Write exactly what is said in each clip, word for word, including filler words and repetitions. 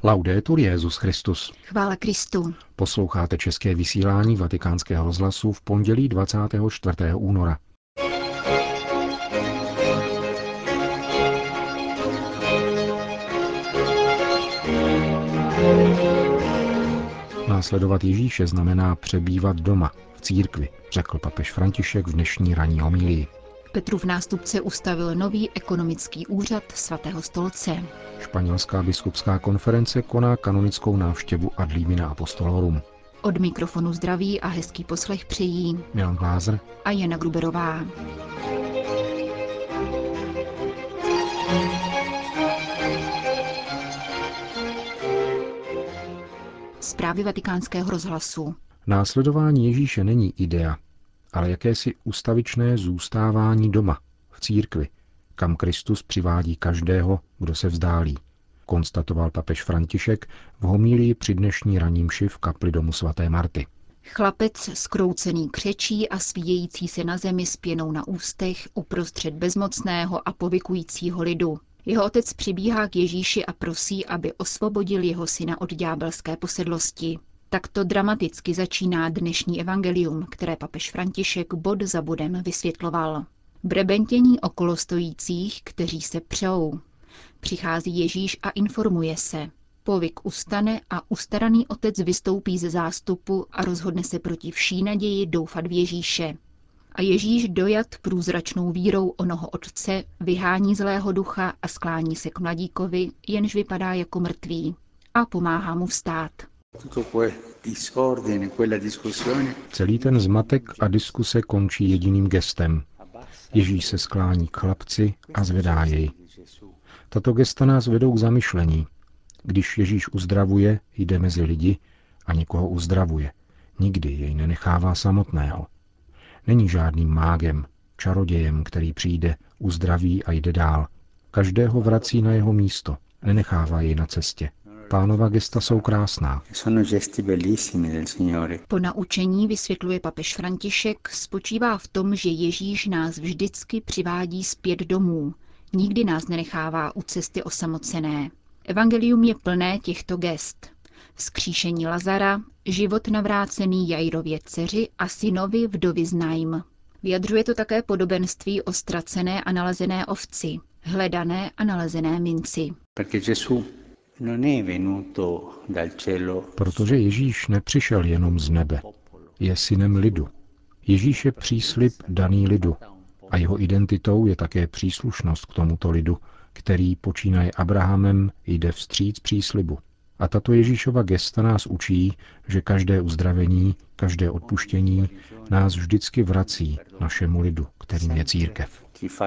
Laudetur Jesus Christus. Chvála Kristu. Posloucháte české vysílání Vatikánského rozhlasu v pondělí dvacátého čtvrtého února. Následovat Ježíše znamená přebývat doma, v církvi, řekl papež František v dnešní ranní homilii. Petrův nástupce ustavil nový ekonomický úřad Svatého stolce. Španělská biskupská konference koná kanonickou návštěvu Ad limina apostolorum. Od mikrofonu zdraví a hezký poslech přejí Milan Glázer a Jana Gruberová. Zprávy Vatikánského rozhlasu. Následování Ježíše není idea, ale jakési ustavičné zůstávání doma, v církvi, kam Kristus přivádí každého, kdo se vzdálí, konstatoval papež František v homílii při dnešní ranní mši v kapli domu svaté Marty. Chlapec skroucený křečí a svíjející se na zemi s pěnou na ústech uprostřed bezmocného a povykujícího lidu. Jeho otec přibíhá k Ježíši a prosí, aby osvobodil jeho syna od ďábelské posedlosti. Takto dramaticky začíná dnešní evangelium, které papež František bod za bodem vysvětloval. Brebentění okolo stojících, kteří se přou. Přichází Ježíš a informuje se. Povyk ustane a ustaraný otec vystoupí ze zástupu a rozhodne se proti vší naději doufat v Ježíše. A Ježíš dojat průzračnou vírou onoho otce vyhání zlého ducha a sklání se k mladíkovi, jenž vypadá jako mrtvý, a pomáhá mu vstát. Celý ten zmatek a diskuse končí jediným gestem. Ježíš se sklání k chlapci a zvedá jej. Tato gesta nás vedou k zamyšlení. Když Ježíš uzdravuje, jde mezi lidi a někoho uzdravuje. Nikdy jej nenechává samotného. Není žádným mágem, čarodějem, který přijde, uzdraví a jde dál. Každého vrací na jeho místo, nenechává jej na cestě. Pánova gesta jsou krásná. Po naučení, vysvětluje papež František, spočívá v tom, že Ježíš nás vždycky přivádí zpět domů. Nikdy nás nenechává u cesty osamocené. Evangelium je plné těchto gest. Vzkříšení Lazara, život navrácený Jairově dceři a synovi vdovy z Naim. Vyjadřuje to také podobenství o ztracené a nalezené ovci, hledané a nalezené minci. Protože Ježíš nepřišel jenom z nebe, je synem lidu. Ježíš je příslib daný lidu a jeho identitou je také příslušnost k tomuto lidu, který počínaje Abrahamem jde vstříc příslibu. A tato Ježíšova gesta nás učí, že každé uzdravení, každé odpuštění nás vždycky vrací našemu lidu, kterým je církev.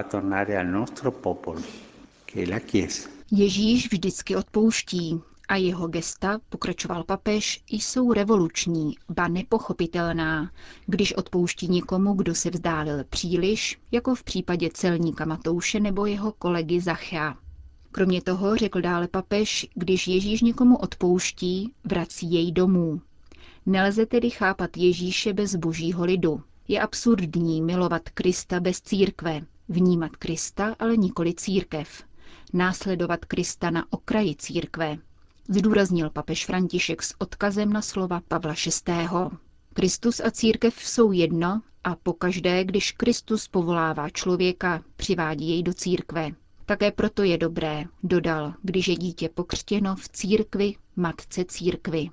Ježíš vždycky odpouští a jeho gesta, pokračoval papež, jsou revoluční, ba nepochopitelná, když odpouští někomu, kdo se vzdálil příliš, jako v případě celníka Matouše nebo jeho kolegy Zachea. Kromě toho, řekl dále papež, když Ježíš někomu odpouští, vrací jej domů. Nelze tedy chápat Ježíše bez božího lidu. Je absurdní milovat Krista bez církve, vnímat Krista, ale nikoli církev. Následovat Krista na okraji církve, zdůraznil papež František s odkazem na slova Pavla šestého. Kristus a církev jsou jedno a pokaždé, když Kristus povolává člověka, přivádí jej do církve. Také proto je dobré, dodal, když je dítě pokřtěno v církvi, matce církvi.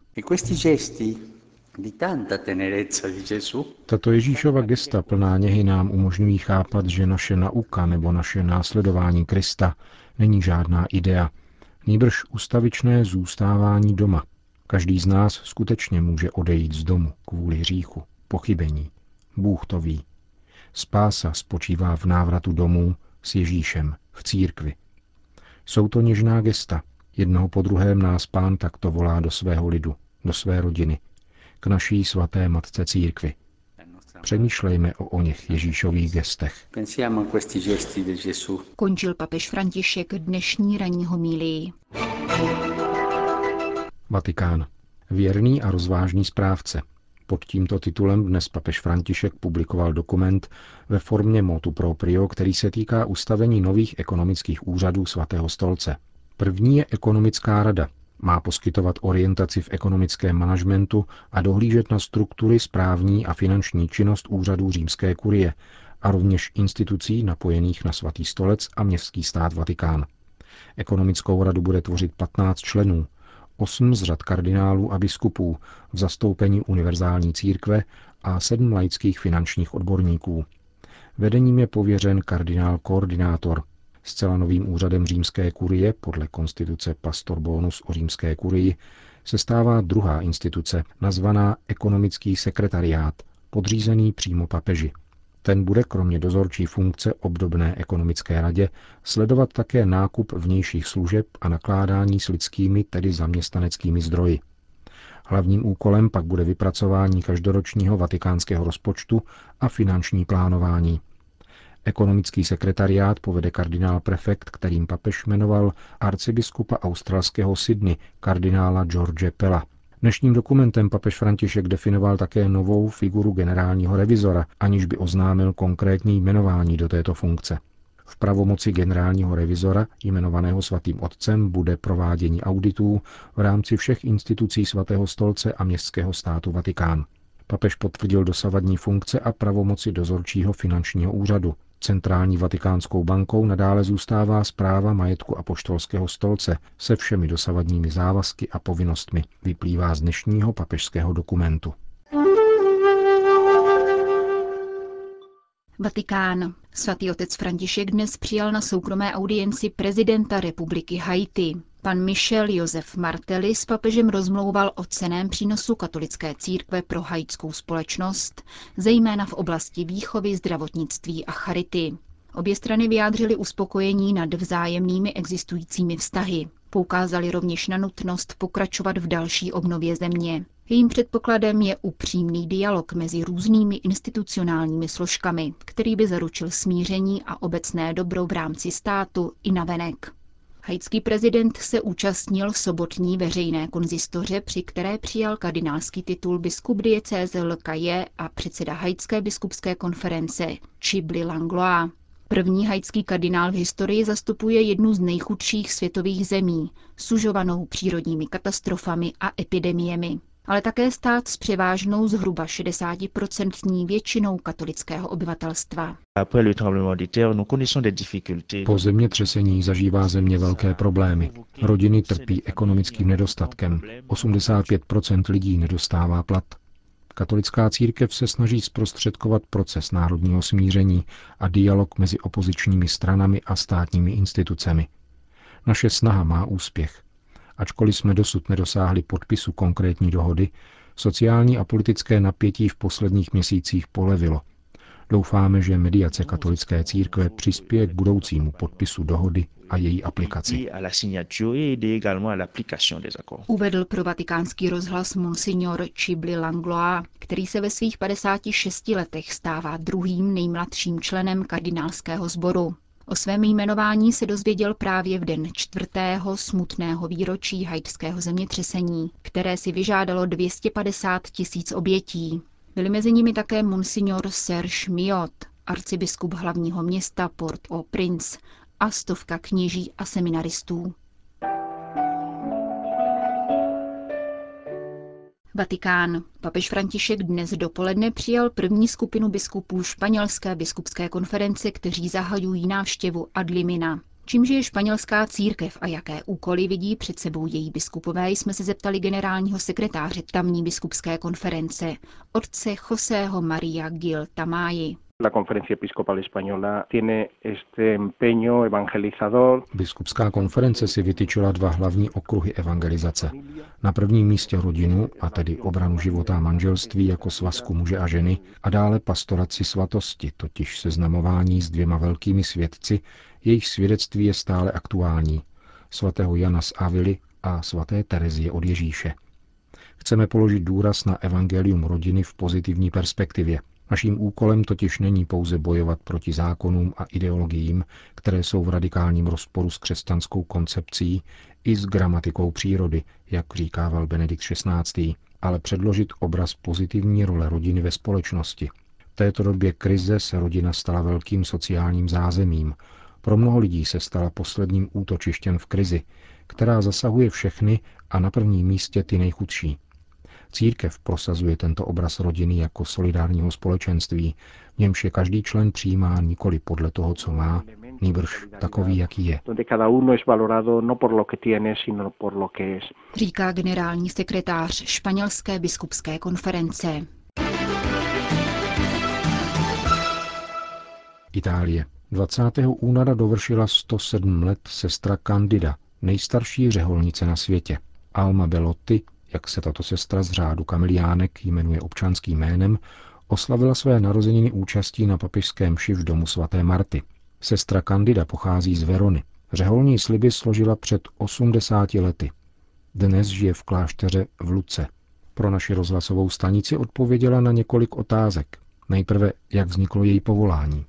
Tato Ježíšova gesta plná něhy nám umožňují chápat, že naše nauka nebo naše následování Krista není žádná idea, nýbrž ustavičné zůstávání doma. Každý z nás skutečně může odejít z domu kvůli hříchu, pochybení. Bůh to ví. Spása spočívá v návratu domů s Ježíšem, v církvi. Jsou to něžná gesta. Jednoho po druhém nás Pán takto volá do svého lidu, do své rodiny, k naší svaté matce církvi. Přemýšlejme o oněch Ježíšových gestech. Končil papež František dnešní ranní homílii. Vatikán. Věrný a rozvážný správce. Pod tímto titulem dnes papež František publikoval dokument ve formě motu proprio, který se týká ustavení nových ekonomických úřadů Svatého stolce. První je ekonomická rada, Má poskytovat orientaci v ekonomickém managementu a dohlížet na struktury, správní a finanční činnost úřadů římské kurie a rovněž institucí napojených na Svatý stolec a městský stát Vatikán. Ekonomickou radu bude tvořit patnáct členů, osm z řad kardinálů a biskupů v zastoupení univerzální církve a sedm laických finančních odborníků. Vedením je pověřen kardinál koordinátor. Zcela novým úřadem římské kurie podle konstituce Pastor Bonus o římské kurii se stává druhá instituce, nazvaná ekonomický sekretariát, podřízený přímo papeži. Ten bude kromě dozorčí funkce obdobné ekonomické radě sledovat také nákup vnějších služeb a nakládání s lidskými, tedy zaměstnaneckými zdroji. Hlavním úkolem pak bude vypracování každoročního vatikánského rozpočtu a finanční plánování. Ekonomický sekretariát povede kardinál prefekt, kterým papež jmenoval arcibiskupa australského Sydney, kardinála George Pella. Dnešním dokumentem papež František definoval také novou figuru generálního revizora, aniž by oznámil konkrétní jmenování do této funkce. V pravomoci generálního revizora, jmenovaného Svatým otcem, bude provádění auditů v rámci všech institucí Svatého stolce a městského státu Vatikán. Papež potvrdil dosavadní funkce a pravomoci dozorčího finančního úřadu. Centrální vatikánskou bankou nadále zůstává správa majetku apoštolského stolce se všemi dosavadními závazky a povinnostmi, vyplývá z dnešního papežského dokumentu. Vatikán. Svatý otec František dnes přijal na soukromé audienci prezidenta republiky Haiti. Pan Michel Joseph Martelly s papežem rozmlouval o cenném přínosu katolické církve pro haitskou společnost, zejména v oblasti výchovy, zdravotnictví a charity. Obě strany vyjádřily uspokojení nad vzájemnými existujícími vztahy. Poukázali rovněž na nutnost pokračovat v další obnově země. Jejím předpokladem je upřímný dialog mezi různými institucionálními složkami, který by zaručil smíření a obecné dobro v rámci státu i navenek. Haitský prezident se účastnil sobotní veřejné konzistoře, při které přijal kardinálský titul biskup diecéze Le Cayet a předseda Haitské biskupské konference Chibli Langlois. První haitský kardinál v historii zastupuje jednu z nejchudších světových zemí, sužovanou přírodními katastrofami a epidemiemi, ale také stát s převážnou zhruba šedesátiprocentní většinou katolického obyvatelstva. Po zemětřesení zažívá země velké problémy. Rodiny trpí ekonomickým nedostatkem. osmdesát pět procent lidí nedostává plat. Katolická církev se snaží zprostředkovat proces národního smíření a dialog mezi opozičními stranami a státními institucemi. Naše snaha má úspěch. Ačkoliv jsme dosud nedosáhli podpisu konkrétní dohody, sociální a politické napětí v posledních měsících polevilo. Doufáme, že mediace katolické církve přispěje k budoucímu podpisu dohody a její aplikaci. Uvedl pro vatikánský rozhlas monsignor Chibli Langlois, který se ve svých padesáti šesti letech stává druhým nejmladším členem kardinálského sboru. O svém jmenování se dozvěděl právě v den čtvrtého smutného výročí haitského zemětřesení, které si vyžádalo dvě stě padesát tisíc obětí. Byli mezi nimi také monsignor Serge Miot, arcibiskup hlavního města Port-au-Prince a stovka kněží a seminaristů. Vatikán. Papež František dnes dopoledne přijal první skupinu biskupů španělské biskupské konference, kteří zahajují návštěvu ad limina. Čímž je španělská církev a jaké úkoly vidí před sebou její biskupové, jsme se zeptali generálního sekretáře tamní biskupské konference, otce Josého Maria Gil Tamayi. La Conferencia Episcopal Española tiene este empeño evangelizador. Biskupská konference si vytyčila dva hlavní okruhy evangelizace. Na prvním místě rodinu, a tedy obranu života a manželství jako svazku muže a ženy, a dále pastoraci svatosti, totiž seznamování s dvěma velkými svědci, jejich svědectví je stále aktuální, svatého Jana z Avily a svaté Terezie od Ježíše. Chceme položit důraz na evangelium rodiny v pozitivní perspektivě. Naším úkolem totiž není pouze bojovat proti zákonům a ideologiím, které jsou v radikálním rozporu s křesťanskou koncepcí i s gramatikou přírody, jak říkával Benedikt šestnáctý, ale předložit obraz pozitivní role rodiny ve společnosti. V této době krize se rodina stala velkým sociálním zázemím. Pro mnoho lidí se stala posledním útočištěm v krizi, která zasahuje všechny a na prvním místě ty nejchudší. Církev prosazuje tento obraz rodiny jako solidárního společenství, v němž je každý člen přijímán nikoli podle toho, co má, nýbrž takový, jaký je. Říká generální sekretář španělské biskupské konference. Itálie. dvacátého února dovršila sto sedm let sestra Candida, nejstarší řeholnice na světě. Alma Belotti, jak se tato sestra z řádu kamiliánek jmenuje občanským jménem, oslavila své narozeniny účastí na papežské mši v domu svaté Marty. Sestra Candida pochází z Verony. Řeholní sliby složila před osmdesáti lety. Dnes žije v klášteře v Lucce. Pro naši rozhlasovou stanici odpověděla na několik otázek. Nejprve, jak vzniklo její povolání.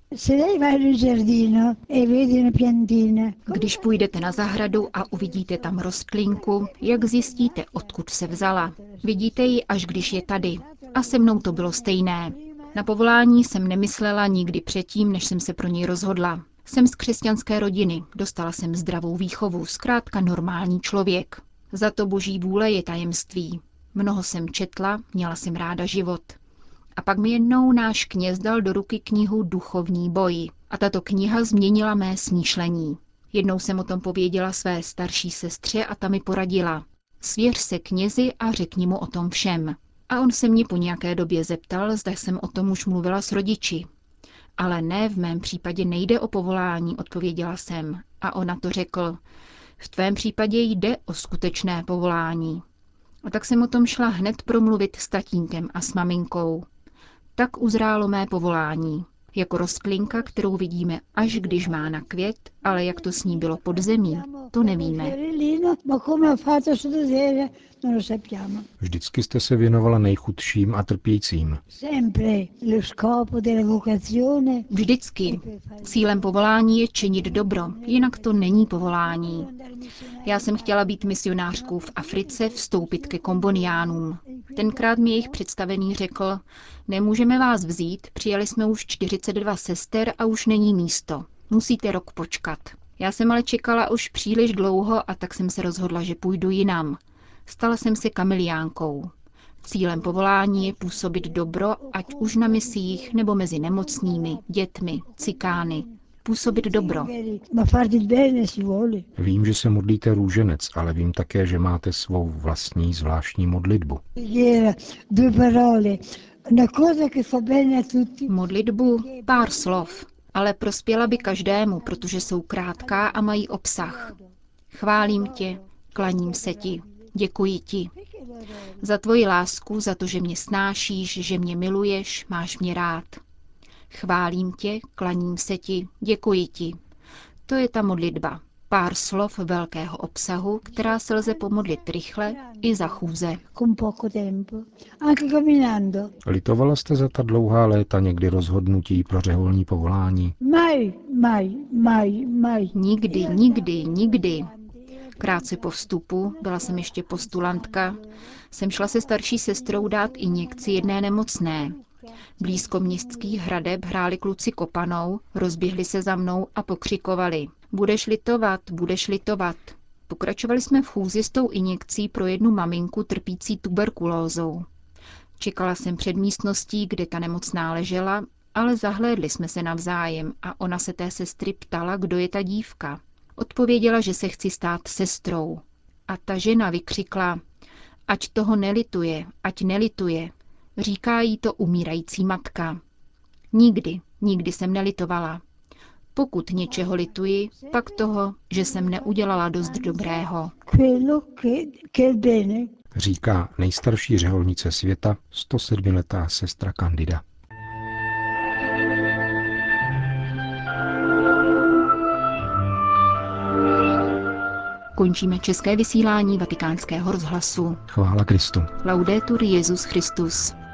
Když půjdete na zahradu a uvidíte tam rostlinku, jak zjistíte, odkud se vzala? Vidíte ji, až když je tady. A se mnou to bylo stejné. Na povolání jsem nemyslela nikdy předtím, než jsem se pro něj rozhodla. Jsem z křesťanské rodiny, dostala jsem zdravou výchovu, zkrátka normální člověk. Za to boží vůle je tajemství. Mnoho jsem četla, měla jsem ráda život. A pak mi jednou náš kněz dal do ruky knihu Duchovní boj. A tato kniha změnila mé smýšlení. Jednou jsem o tom pověděla své starší sestře a ta mi poradila. Svěř se knězi a řekni mu o tom všem. A on se mě po nějaké době zeptal, zda jsem o tom už mluvila s rodiči. Ale ne, v mém případě nejde o povolání, odpověděla jsem. A on na to řekl, v tvém případě jde o skutečné povolání. A tak jsem o tom šla hned promluvit s tatínkem a s maminkou. Tak uzrálo mé povolání. Jako rostlinka, kterou vidíme, až když má na květ, ale jak to s ní bylo pod zemí, to nevíme. Vždycky jste se věnovala nejchudším a trpícím. Vždycky. Cílem povolání je činit dobro, jinak to není povolání. Já jsem chtěla být misionářkou v Africe, vstoupit ke komboniánům. Tenkrát mi jejich představený řekl, nemůžeme vás vzít, přijali jsme už čtyřicet dva sester a už není místo. Musíte rok počkat. Já jsem ale čekala už příliš dlouho a tak jsem se rozhodla, že půjdu jinam. Stala jsem se kamiliánkou. Cílem povolání je působit dobro, ať už na misích nebo mezi nemocnými, dětmi, cikány. Působit dobro. Vím, že se modlíte růženec, ale vím také, že máte svou vlastní zvláštní modlitbu. Modlitbu, pár slov, ale prospěla by každému, protože jsou krátká a mají obsah. Chválím tě, klaním se ti, děkuji ti. Za tvoji lásku, za to, že mě snášíš, že mě miluješ, máš mě rád. Chválím tě, klaním se ti, děkuji ti. To je ta modlitba. Pár slov velkého obsahu, která se lze pomodlit rychle i za chůze. Litovala jste za ta dlouhá léta někdy rozhodnutí pro řeholní povolání? Nikdy, nikdy, nikdy. Krátce po vstupu, byla jsem ještě postulantka, jsem šla se starší sestrou dát injekci jedné nemocné. Blízko městských hradeb hráli kluci kopanou, rozběhli se za mnou a pokřikovali. Budeš litovat, budeš litovat. Pokračovali jsme v chůzi s tou injekcí pro jednu maminku trpící tuberkulózou. Čekala jsem před místností, kde ta nemocná ležela, ale zahlédli jsme se navzájem a ona se té sestry ptala, kdo je ta dívka. Odpověděla, že se chci stát sestrou. A ta žena vykřikla, ať toho nelituje, ať nelituje. Říká jí to umírající matka. Nikdy, nikdy jsem nelitovala. Pokud něčeho lituji, pak toho, že jsem neudělala dost dobrého. Říká nejstarší řeholnice světa, sto sedmiletá sestra Candida. Končíme české vysílání Vatikánského rozhlasu. Chvála Kristu. Laudetur Jesus Christus.